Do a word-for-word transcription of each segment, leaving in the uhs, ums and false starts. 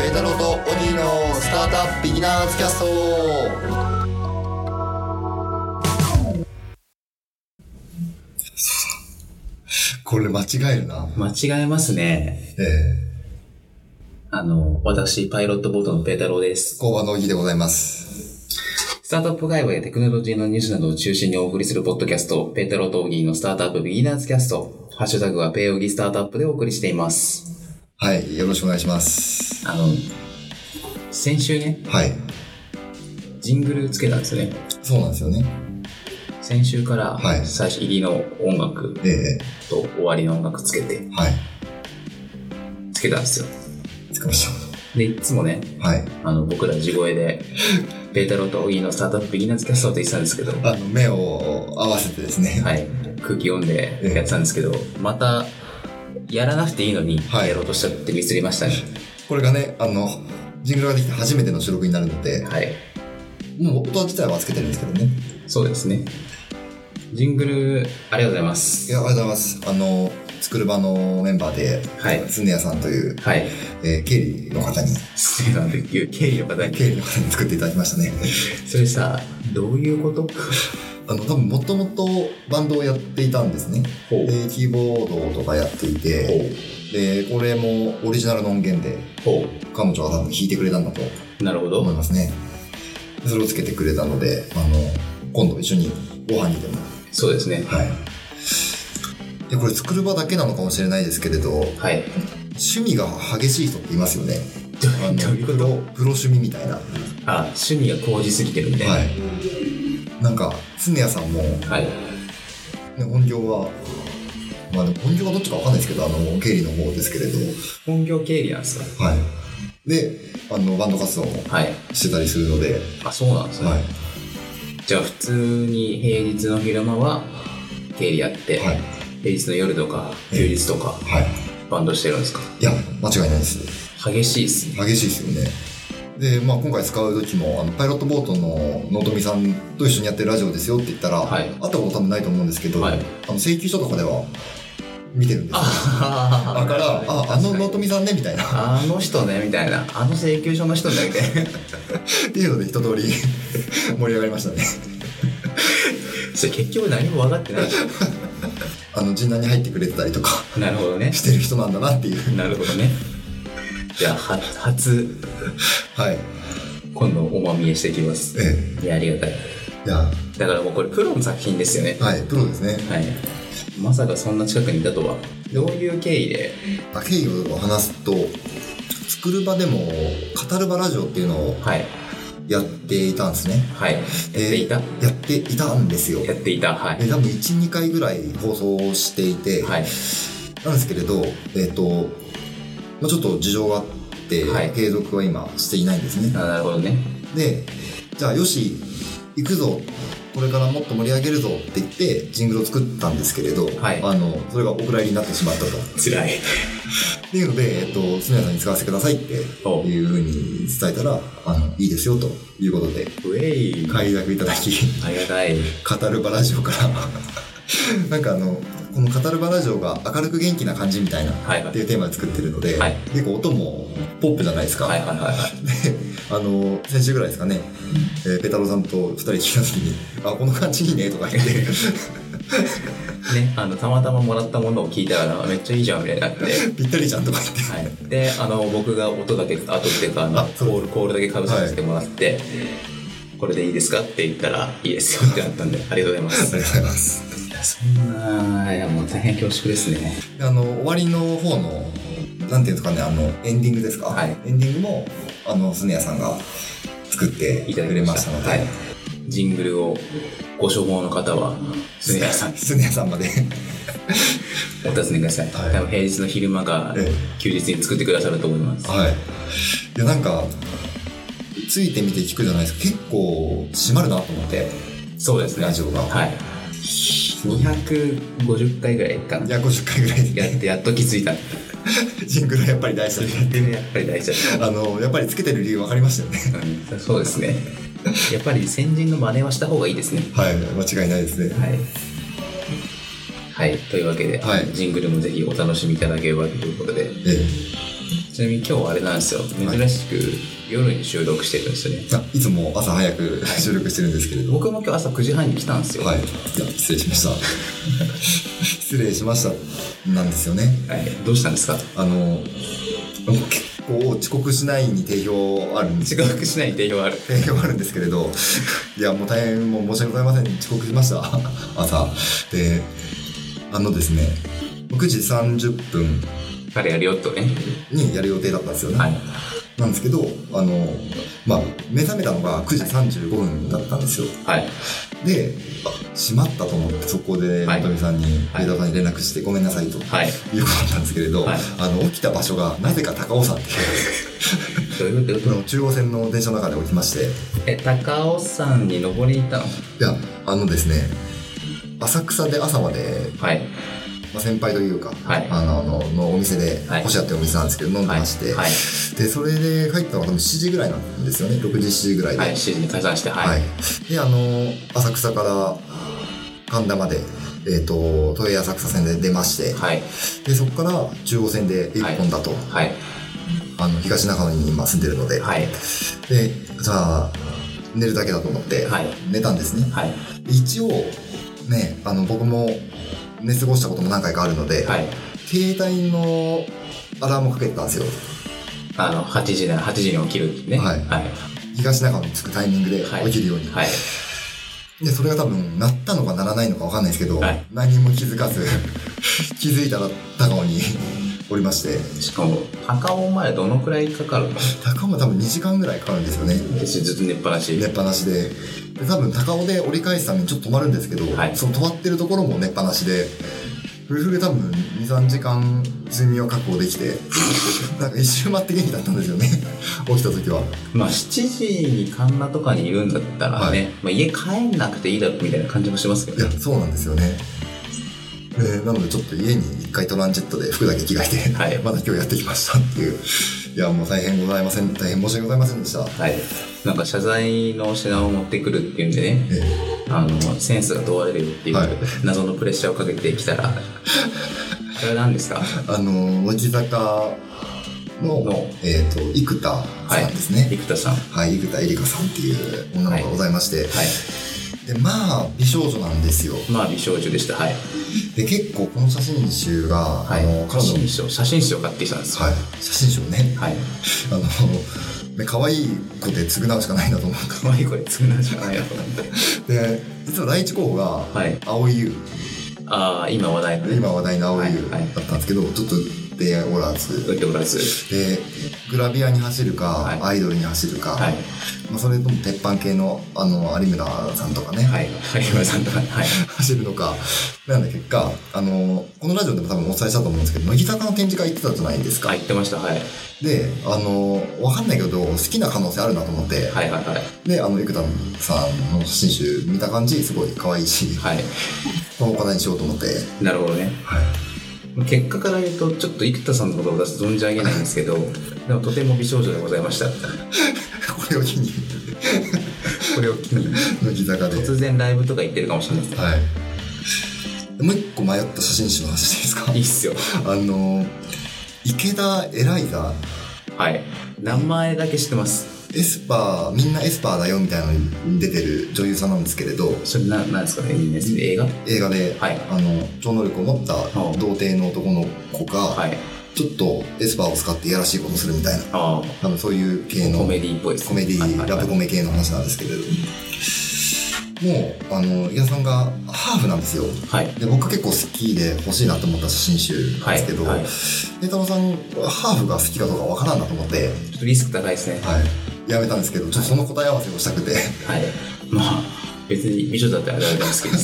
ペータローとオニーのスタートアップビギナーズキャスト。これ間違えるな。 間違えますね。 ええあの、私、パイロットボートのペータローです。 工場のオギでございます。 スタートアップ界隈やテクノロジーのニュースなどを中心にお送りするポッドキャスト、ペータローとオギーのスタートアップビギナーズキャスト。ハッシュタグはペイオギスタートアップでお送りしています。 はい、よろしくお願いします。 あの、先週ね、 はい。 ジングルつけたんですよね。 そうなんですよね。 先週から、 はい最初入りの音楽ええと終わりの音楽つけて、 はい。 つけたんですよ。 つけましで、いつもね、 た。はい。 あの、僕ら地声で、ペータローとオギーのスタートアップビギナーズキャストって言ってたんですけど、 あの、目を合わせてですね。 はい、空気読んでやってたんですけど、またやらなくていいのにはいやろうとしたってミスりましたね。 これがね、あの、ジングルができて初めての収録になるので、 はい、 もう音自体はつけてるんですけどね。 そうですね。ジングルありがとうございまいす。 や、ありがとうございます。あの、作る場のメンバーで、 はいスネアさんという、 はい。 えー経理の方に、 ステーなんていう経緯の方に。 経理の方に作っていただきましたね。 それさ、どういうこと？ あの、多分もともとバンドをやっていたんですね。 ほうで、キーボードとかやっていて、で、これもオリジナルの音源で、 ほ彼女は多分弾いてくれたんだとう。なるほ思いど。 ますね。それをつけてくれたので、あの、今度一緒にご飯にでも。 そうですね。 はい。で、これ作る場だけなのかもしれないですけれど、 はい。 趣味が激しい人っていますよね。あのどういうことプロ、プロ趣味みたいな。 あ、趣味が高じすぎてるみたいな。 はい。なんか、常谷さんも、 はい。 ね、本業は、まあでも本業はどっちかわかんないですけど、あの、経理の方ですけれど、 本業経理なんですか？ はい。で、あの、バンド活動もはい。 してたりするので、 あ、そうなんですね。 はい。 じゃあ普通に平日の昼間は経理やって、 はい。 平日の夜とか休日とかはい。 バンドしてるんですか？ いや、間違いないです。 激しいっすね。 激しいですよね。で、まあ今回使う時も、あの、パイロットボートの納富さんと一緒にやってるラジオですよって言ったら、 はい会ったこと多分ないと思うんですけど、 はいあの、請求書とかでは見てるんですよ。 あだから、あ、あの納富さんね、みたいな。 あの人ねみたいな、あの請求書の人ねみたいなっていうので一通り盛り上がりましたね。 それ結局何も分かってないでしあの、陣内に入ってくれてたりとかょ。なるほどね。 してる人なんだなっていう。 なるほどね。じゃあは初はい。 今度おまみえしていきます。 えいやありがたい。 え。いや、 だからもうこれプロの作品ですよね。 はい、プロですね。 はい。まさかそんな近くにいたとは。どういう経緯で？ 経緯を話すと、作る場でも語る場ラジオっていうのをはいやっていたんですね。 はい。やっていた？ やっていたんですよ。 やっていた。はい。 で、多分いち、にかいぐらい放送していて、 はい。 なんですけれど、えっと、まあちょっと事情があって、 はい継続は今していないんですね。 あ、なるほどね。 で、じゃあよし、行くぞ、これからもっと盛り上げるぞって言ってジングルを作ったんですけれど、 はいあのそれがお蔵入りになってしまったと。 辛い。 っていうので、えっと、スネアさんに使わせてくださいっておいうふうに伝えたら、あの、いいですよということで、 ウェイ。 快諾いただき、 ありがたい。 語る場ラジオから、なんかあの、この語る場ラジオが明るく元気な感じみたいなはいはいっていうテーマで作ってるので、 はい結構音もポップじゃないですか。 はいはいはいはい。 で、あの、先週ぐらいですかね、えーペタロさんと二人聞いた時に、あ、この感じいいねとか言って、 ね、あの、たまたまもらったものを聞いたら、めっちゃいいじゃんみたいになって。 ぴったりじゃんとか言って、 はい。で、あの、僕が音だけ、後っていうか、あの、 あそうコール、コールだけかぶさせてもらって、これでいいですかって言ったら、いいですよってなったんで、ありがとうございまあす。 りがとうございます。 いや、そんな、いや、もう大変恐縮ですね。 あの、終わりの方の、なんていうんですかね、あの、エンディングですか、 はいエンディングも、あの、スネアさんが作っていただくきましたたれましので、 はい。ジングルをご所望の方は、スネアさんにスネアさんまで、 お尋ねください。 はい多分平日の昼間かえ休日に作ってくださると思います。 はい。いや、なんか、ついてみて聞くじゃないですか。結構、締まるなと思って、 そうですね。 ラジオが。 はい。にひゃくごじゅっかいぐらいかな。 いや、ごじゅっかいぐらいで、 やってやっと気づいた。 ジングルはやっぱり大事だね。 でね、やっぱり大事だ。 あの、やっぱりつけてる理由分かりましたよね。 うん、そうですね。やっぱり先人の真似はした方がいいですね。 はい、間違いないですね。 はい。はい。というわけで、 はいジングルもぜひお楽しみいただければということで、 えじちなみに今日はあれなんですよ。珍しく夜に収録してるんですよね。 あ、いつも朝早く収録してるんですけれど。 僕も今日朝くじはんに来たんですよ。 はい。いや、失礼しました。失礼しました。なんですよね。 はい。どうしたんですか？ あの、結構遅刻しないに定評あるんです遅刻しないに定評ある。 定評あるんですけれど、いや、もう大変もう申し訳ございません。遅刻しました。朝。で、あのですね、くじさんじゅっぷんからやるよとね。 にやる予定だったんですよね。 はい。 なんですけど、あの、まあ、目覚めたのがくじさんじゅうごふんだったんですよ。 はい。 で、あ、しまったと思って、そこで、 はい、 本富さんに、ペーターさんに連絡して、ごめんなさいと、はい、いうことだったんですけれど、はい、あの、起きた場所が、なぜか高尾山っていう、どういうこと中央線の電車の中で起きまして。 え、高尾山に登りに行ったの？いや、あのですね、浅草で朝まで、 はい。 まあ、先輩というか、 はい、 あの、の、のお店で、 はい、 星屋ってお店なんですけど、飲んでまして、はいはい、で、それで帰ったのが多分しちじぐらいなんですよね。ろくじ、しちじぐらいで。 はい、しちじに解散して、はい。 はい。で、あの、浅草から神田まで、えっと、都営浅草線で出まして、はい。で、そこから中央線でいっぽんだと、はい。はい、あの、東中野に今住んでるので、はい。で、じゃあ、寝るだけだと思って、はい。寝たんですね。はい。一応、ね、あの、僕も、寝過ごしたことも何回かあるので、はい、携帯のアラームをかけてたんですよ。あの、 はちじだ、はちじに起きるね。はい。はい、 東中野に着くタイミングで起きるように。はい。はい、で、それが多分、鳴ったのか鳴らないのか分かんないですけど、はい、何も気づかず、気づいたら高尾におりまして。 しかも、高尾までどのくらいかかるの？ 高尾まで多分にじかんぐらいかかるんですよね。 ずっと寝っぱなし。 寝っぱなしで。で多分高尾で折り返すためにちょっと止まるんですけど、はい、その止まってるところも寝っぱなしで、フルフル多分に、さんじかん睡眠を確保できて、なんか一周回って元気だったんですよね。起きた時は。 まあしちじに神田とかにいるんだったらね、はい、まあ、家帰んなくていいだろみたいな感じもしますけどね。 いや、そうなんですよね。でなのでちょっと家に一回トランジェットで服だけ着替えて、はい、また今日やってきましたっていう。いや、もう大変ございません。大変申し訳ございませんでした。 はい。なんか謝罪の品を持ってくるっていうんでね、ええ、あのセンスが問われるっていう謎のプレッシャーをかけてきたら、はい、これは何ですか？ あの乃木坂のえっ、ー、と生田さんですね。 はい、生田さん。 はい、生田絵梨花さんっていう女の子がございまして、はいはい、でまあ美少女なんですよ。 まあ美少女でした。はい。 で結構この写真集が、はい、あの写真集写真集を買ってきたんですよ。 はい。写真集ね。はい。あの可愛い子で償うしかないなと思って。 可愛い子で償うしかないなと思って。 で実は第一候補が、はい、青い優。 ああ、今話題のね。 今話題の青い優だったんですけど、はいはい、ちょっと出ておらず。 出ておらず。 で、グラビアに走るか、はい、アイドルに走るか、はい、まあ、それとも鉄板系の、あの、有村さんとかね。 はい。有村さんとか、はい。 走るのか。なんだ結果、あの、このラジオでも多分お伝えしたと思うんですけど、乃木坂の展示会行ってたじゃないですか。 はい、行ってました、はい。 で、あの、わかんないけど、好きな可能性あるなと思って、はいはいはい。で、あの、生田さんの写真集見た感じ、すごい可愛いし、はい。このお課題にしようと思って。 なるほどね。はい。結果から言うと、ちょっと生田さんのことを私存じ上げないんですけど、でもとても美少女でございました。これを機に。 これを機に。 乃木坂で。 突然ライブとか行ってるかもしれないですね。はい。 もう一個迷った写真集の話でいいですか？ いいっすよ。 あの、池田エライザ。 はい。名前だけ知ってます。 エスパー、みんなエスパーだよみたいなのに出てる女優さんなんですけれど。 それな、なんですかね？映画？ 映画で、はい、あの、超能力を持った童貞の男の子が、はい、ちょっとエスパーを使っていやらしいことするみたいな。あ、多分そういう系の。 コメディっぽいですね。 コメディ、はいはいはい、ラブコメ系の話なんですけれど。もう、あの、伊賀さんがハーフなんですよ。はい。で、僕結構好きで欲しいなと思った写真集なんですけど、はい。平太郎さん、ハーフが好きかどうかわからんなと思って。 ちょっとリスク高いですね。 はい。やめたんですけど、ちょっとその答え合わせをしたくて。はい。 まあ、別に美女だったら誰でも好きです。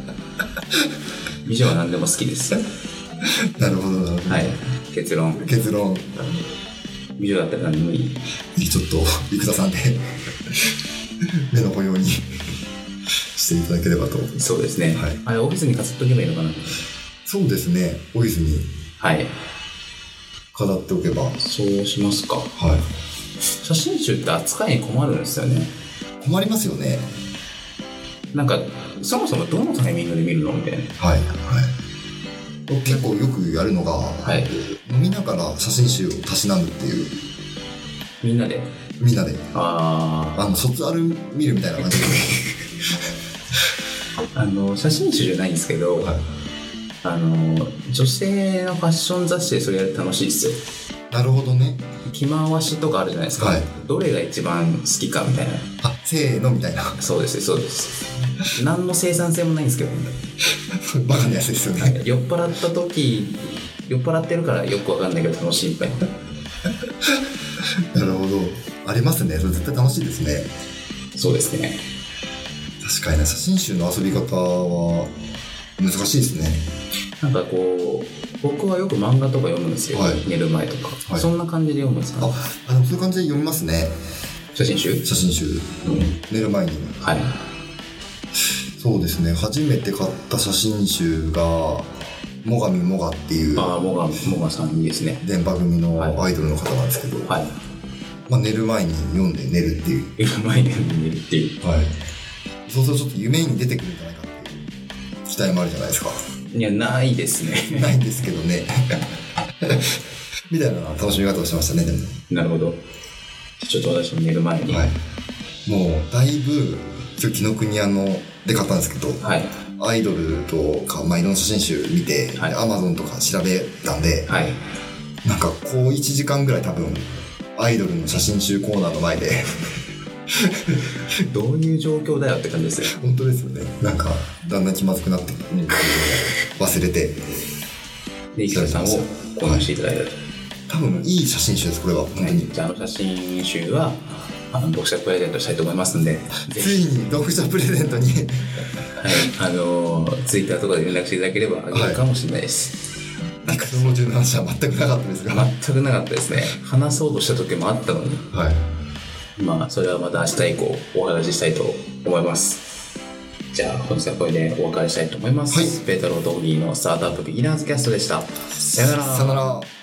美女は何でも好きです。 なるほど、なるほど。はい。 結論。 結論。 美女だったら何でもいい。 ちょっと、生田さんで、目の保養に。していただければと。 そうですね。はい。あれ、オフィスに飾っとけばいいのかな？ そうですね。オフィスに。はい。飾っておけば。 そうしますか。はい。写真集って扱いに困るんですよね。 困りますよね。 なんか、そもそもどのタイミングで見るのみたいな。 はい。はい。 結構よくやるのが、はい、飲みながら写真集をたしなむっていう。 みんなでみんなで。 ああの、卒アル見るみたいな感じで。 あの、写真集じゃないんですけど、はい、あの、女性のファッション雑誌でそれやると楽しいですよ。 なるほどね。 着回しとかあるじゃないですか。はい、どれが一番好きかみたいな。 あ、せーのみたいな。 そうです、そうです。何の生産性もないんですけど、ね、 バカなやつですよね。 酔っ払った時、酔っ払ってるからよくわかんないけど楽しいみたいな。なるほど。ありますね。それ絶対楽しいですね。 そうですね。 確かにね、写真集の遊び方は難しいですね。 なんかこう、僕はよく漫画とか読むんですよ、はい、寝る前とか、はい、そんな感じで読むんですか、ね、 あ、あのそういう感じで読みますね。 写真集写真集、うん、寝る前に。 はい。 そうですね、初めて買った写真集がもがみもがっていう、 ああ、もがもがさんいいですね。 電波組のアイドルの方なんですけど、はい、まあ、寝る前に読んで寝るっていう。 寝る前に読んで寝るっていう。 はい。そうするとちょっと夢に出てくるんじゃないかっていう期待もあるじゃないですか。 いや、ないですね。 ないんですけどね。みたいな楽しみ方をしましたね、でも。 なるほど。ちょっと私も寝る前に。 はい。もう、だいぶ、今日紀ノ国屋ので買ったんですけど、はい、アイドルとか、まあ、いろんな写真集見て、はい、Amazon とか調べたんで、はい、なんかこういちじかんぐらい多分、アイドルの写真集コーナーの前で、 どういう状況だよって感じですよ。 本当ですよね。なんかだんだん気まずくなって忘れてで石田さんを購入していただいたと、はい、 多分いい写真集ですこれは本当に、はい、 じゃああの写真集はあの読者プレゼントしたいと思いますんで、 ついに読者プレゼントにはいあのツイッターとかで連絡していただければあげるかもしれないです、 はい、テクノロジーの話は全くなかったですが全くなかったですね。話そうとした時もあったのに、はい、まあそれはまた明日以降お話ししたいと思います。じゃあ本日はこれでお別れしたいと思います。はい、ペータローとオギーのスタートアップビギナーズキャストでした。さよなら。 さよなら。